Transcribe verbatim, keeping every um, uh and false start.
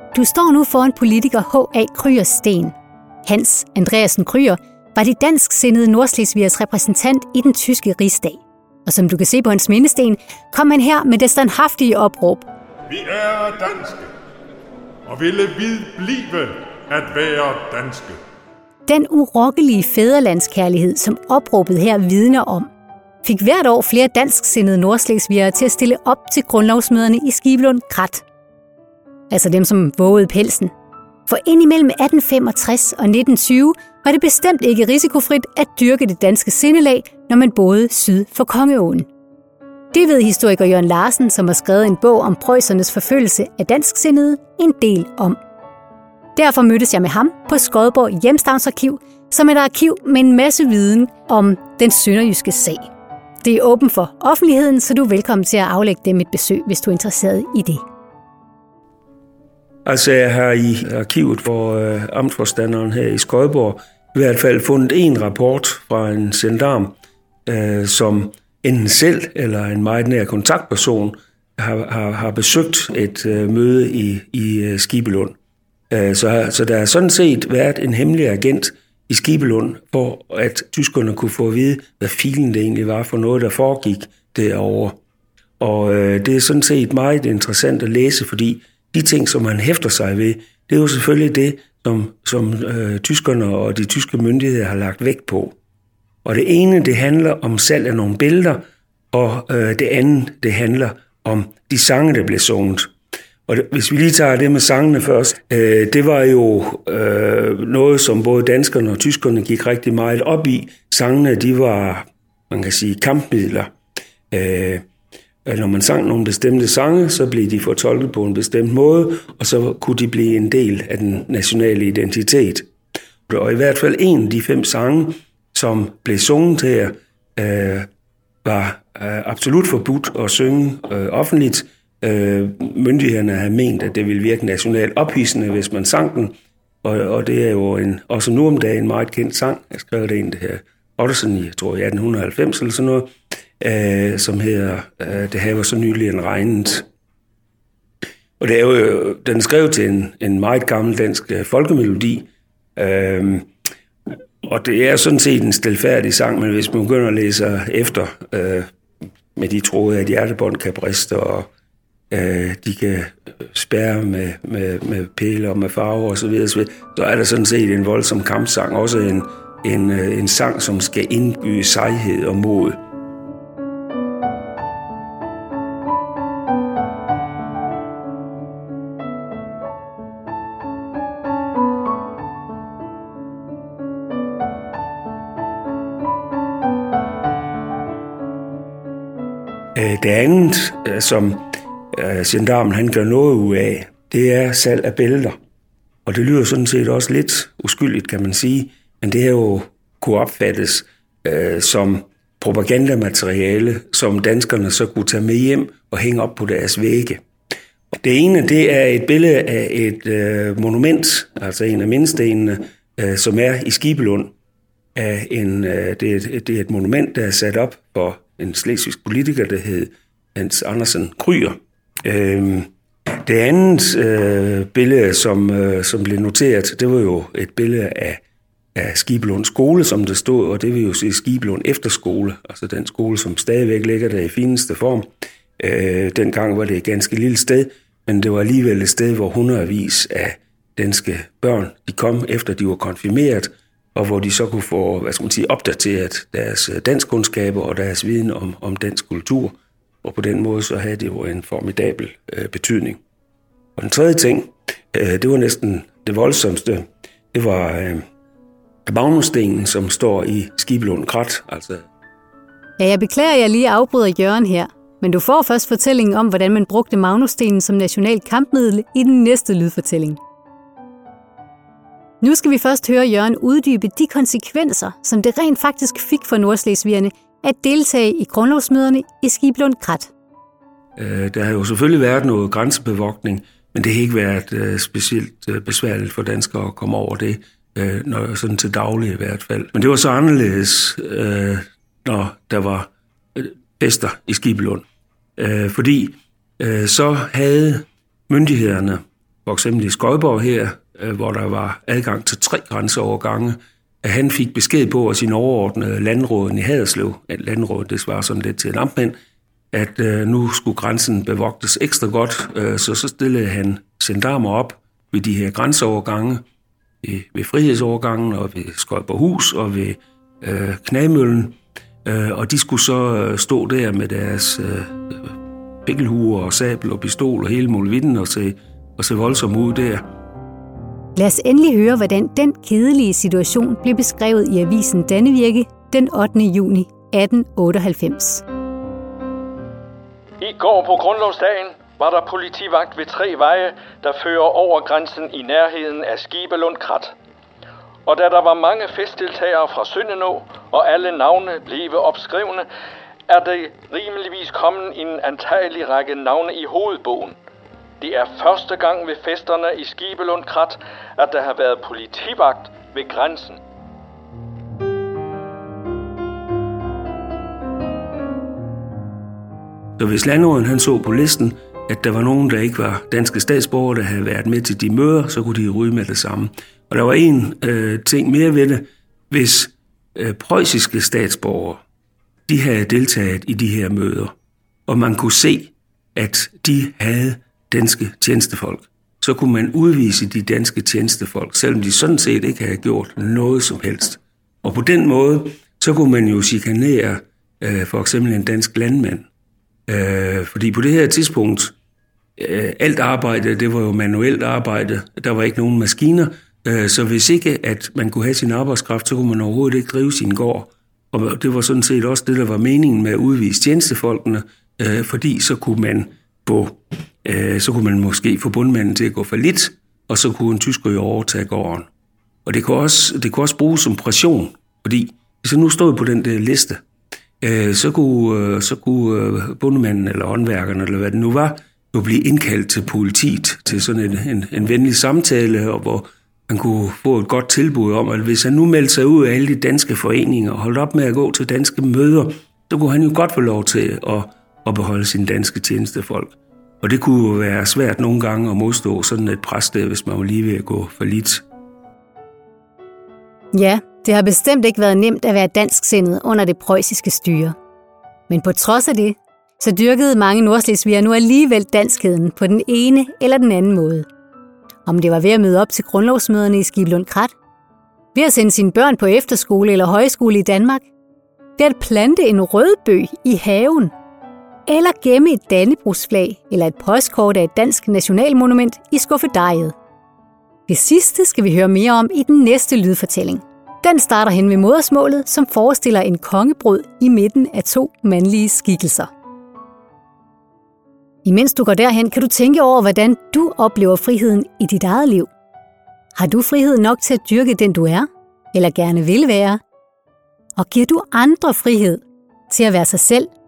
Du står nu foran politiker H A Krüger Steen. Hans Andreasen Krüger var de dansksindede nordslesvigers repræsentant i den tyske rigsdag. Og som du kan se på hans mindesten, kom han her med det standhaftige opråb. Vi er danske, og ville blive at være danske. Den urokkelige fædrelandskærlighed, som opråbet her vidner om, fik hvert år flere dansksindede nordslesvigere til at stille op til grundlovsmøderne i Skibelund Krat. Altså dem, som vågede pelsen. For indimellem atten femogtres og nitten tyve var det bestemt ikke risikofrit at dyrke det danske sindelag, når man boede syd for Kongeåen. Det ved historiker Jørgen Larsen, som har skrevet en bog om preussernes forfølgelse af dansksindede, en del om. Derfor mødtes jeg med ham på Skodborg Hjemstavnsarkiv, som er et arkiv med en masse viden om den sønderjyske sag. Det er åbent for offentligheden, så du er velkommen til at aflægge dem et besøg, hvis du er interesseret i det. Altså jeg har i arkivet for øh, amtsforstanderen her i Skodborg i hvert fald fundet en rapport fra en gendarm, øh, som enten selv eller en meget nær kontaktperson har, har, har besøgt et øh, møde i, i øh, Skibelund. Øh, så, så der har sådan set været en hemmelig agent i Skibelund, for at tyskerne kunne få at vide, hvad filen det egentlig var for noget, der foregik derovre. Og øh, det er sådan set meget interessant at læse, fordi de ting, som man hæfter sig ved, det er jo selvfølgelig det, som, som øh, tyskerne og de tyske myndigheder har lagt vægt på. Og det ene, det handler om salg af nogle billeder, og øh, det andet, det handler om de sange, der blev sunget. Og det, hvis vi lige tager det med sangene først, øh, det var jo øh, noget, som både danskerne og tyskerne gik rigtig meget op i. Sangene, de var, man kan sige, kampmidler. Øh, Når man sang nogle bestemte sange, så blev de fortolket på en bestemt måde, og så kunne de blive en del af den nationale identitet. Og i hvert fald en af de fem sange, som blev sunget her, øh, var øh, absolut forbudt at synge øh, offentligt. Øh, myndighederne havde ment, at det ville virke nationalt ophidsende, hvis man sang den, og, og det er jo en, også nu om dagen en meget kendt sang. Jeg skrev det ind det her Ottesen i, jeg tror, i atten halvfems eller sådan noget. Uh, som hedder uh, Det haver så nylig en regnet. Og det er jo, den er skrevet til en, en meget gammel dansk uh, folkemelodi. Uh, og det er sådan set en stilfærdig sang, men hvis man begynder at læse efter uh, med de tråde, at hjertebånd kan briste, og uh, de kan spærre med, med, med pæle og med farver osv., så, så er der sådan set en voldsom kampsang. Også en, en, uh, en sang, som skal indbyde sejhed og mod. Det andet, som gendarmen han gør noget ud af, det er salg af billeder. Og det lyder sådan set også lidt uskyldigt, kan man sige, men det her jo kunne opfattes øh, som propagandamateriale, som danskerne så kunne tage med hjem og hænge op på deres vægge. Det ene, det er et billede af et øh, monument, altså en af mindestenene, øh, som er i Skibelund. Af en, øh, det, er et, det er et monument, der er sat op for en slesvigsk politiker, der hed Hans Andersen Krüger. Øhm, det andet øh, billede, som, øh, som blev noteret, det var jo et billede af, af Skibelund skole, som der stod, og det vil jo sige Skibelund efterskole, altså den skole, som stadigvæk ligger der i fineste form. Øh, dengang var det et ganske lille sted, men det var alligevel et sted, hvor hundredvis af danske børn, de kom efter de var konfirmeret, og hvor de så kunne få, hvad skal man sige, opdateret deres danskkundskaber og deres viden om, om dansk kultur. Og på den måde så havde det jo en formidabel øh, betydning. Og den tredje ting, øh, det var næsten det voldsomste, det var øh, Magnusstenen, som står i Skibelund Krat. Altså. Ja, jeg beklager, at jeg lige afbryder Jørgen her, men du får først fortællingen om, hvordan man brugte Magnusstenen som national kampmiddel i den næste lydfortælling. Nu skal vi først høre Jørgen uddybe de konsekvenser, som det rent faktisk fik for nordslesvigerne at deltage i grundlovsmøderne i Skibelund Krat. Der har jo selvfølgelig været noget grænsebevogtning, men det har ikke været specielt besværligt for danskere at komme over det, når, sådan til daglig i hvert fald. Men det var så anderledes, når der var fester i Skibelund. Fordi så havde myndighederne for eksempel i Skodborg her, hvor der var adgang til tre grænseovergange, at han fik besked på af sin overordnede landråden i Haderslev, at landrådet det svarer sådan lidt til en amtmand, at nu skulle grænsen bevogtes ekstra godt, så så stillede han gendarmer op ved de her grænseovergange, ved Frihedsovergangen og ved Skodborghus og ved øh, Knagmøllen, øh, og de skulle så stå der med deres øh, pikkelhuer og sabel og pistol og hele muligheden og se, og se voldsomt ud der. Lad os endelig høre, hvordan den kedelige situation blev beskrevet i avisen Dannevirke den ottende juni atten otteoghalvfems. I går på grundlovsdagen var der politivagt ved tre veje, der fører over grænsen i nærheden af Skibelund Krat. Og da der var mange festdeltagere fra Søndenå, og alle navne blev opskrevne, er det rimeligvis kommet en antagelig række navne i hovedbogen. Det er første gang ved festerne i Skibelund Krat, at der har været politivagt ved grænsen. Så hvis landråden han så på listen, at der var nogen, der ikke var danske statsborgere, der havde været med til de møder, så kunne de ryge med det samme. Og der var en øh, ting mere ved det. Hvis øh, preussiske statsborgere, de havde deltaget i de her møder, og man kunne se, at de havde danske tjenestefolk, så kunne man udvise de danske tjenestefolk, selvom de sådan set ikke havde gjort noget som helst. Og på den måde, så kunne man jo chikanere øh, for eksempel en dansk landmand. Øh, fordi på det her tidspunkt, øh, alt arbejde, det var jo manuelt arbejde, der var ikke nogen maskiner, øh, så hvis ikke, at man kunne have sin arbejdskraft, så kunne man overhovedet ikke drive sin gård. Og det var sådan set også det, der var meningen med at udvise tjenestefolkene, øh, fordi så kunne man få, øh, så kunne man måske få bundmanden til at gå for lidt, og så kunne en tysker jo overtage gården. Og det kunne også, det kunne også bruges som pression, fordi hvis jeg nu stod på den der liste, så kunne, så kunne bondemanden eller håndværkerne, eller hvad det nu var, jo blive indkaldt til politiet til sådan en, en, en venlig samtale, og hvor man kunne få et godt tilbud om, at hvis han nu meldte sig ud af alle de danske foreninger og holdt op med at gå til danske møder, så kunne han jo godt få lov til at, at beholde sine danske tjenestefolk. Og det kunne jo være svært nogle gange at modstå sådan et pres der, hvis man var lige ved at gå for lidt. Ja, det har bestemt ikke været nemt at være dansksindet under det preussiske styre. Men på trods af det, så dyrkede mange nordslesvigere nu alligevel danskheden på den ene eller den anden måde. Om det var ved at møde op til grundlovsmøderne i Skibelund Krat, ved at sende sine børn på efterskole eller højskole i Danmark, ved at plante en rødbøg i haven, eller gemme et dannebrogsflag eller et postkort af et dansk nationalmonument i skuffedejet. Det sidste skal vi høre mere om i den næste lydfortælling. Den starter hen ved modersmålet, som forestiller en kongebrud i midten af to mandlige skikkelser. Imens du går derhen, kan du tænke over, hvordan du oplever friheden i dit eget liv. Har du frihed nok til at dyrke den du er, eller gerne vil være? Og giver du andre frihed til at være sig selv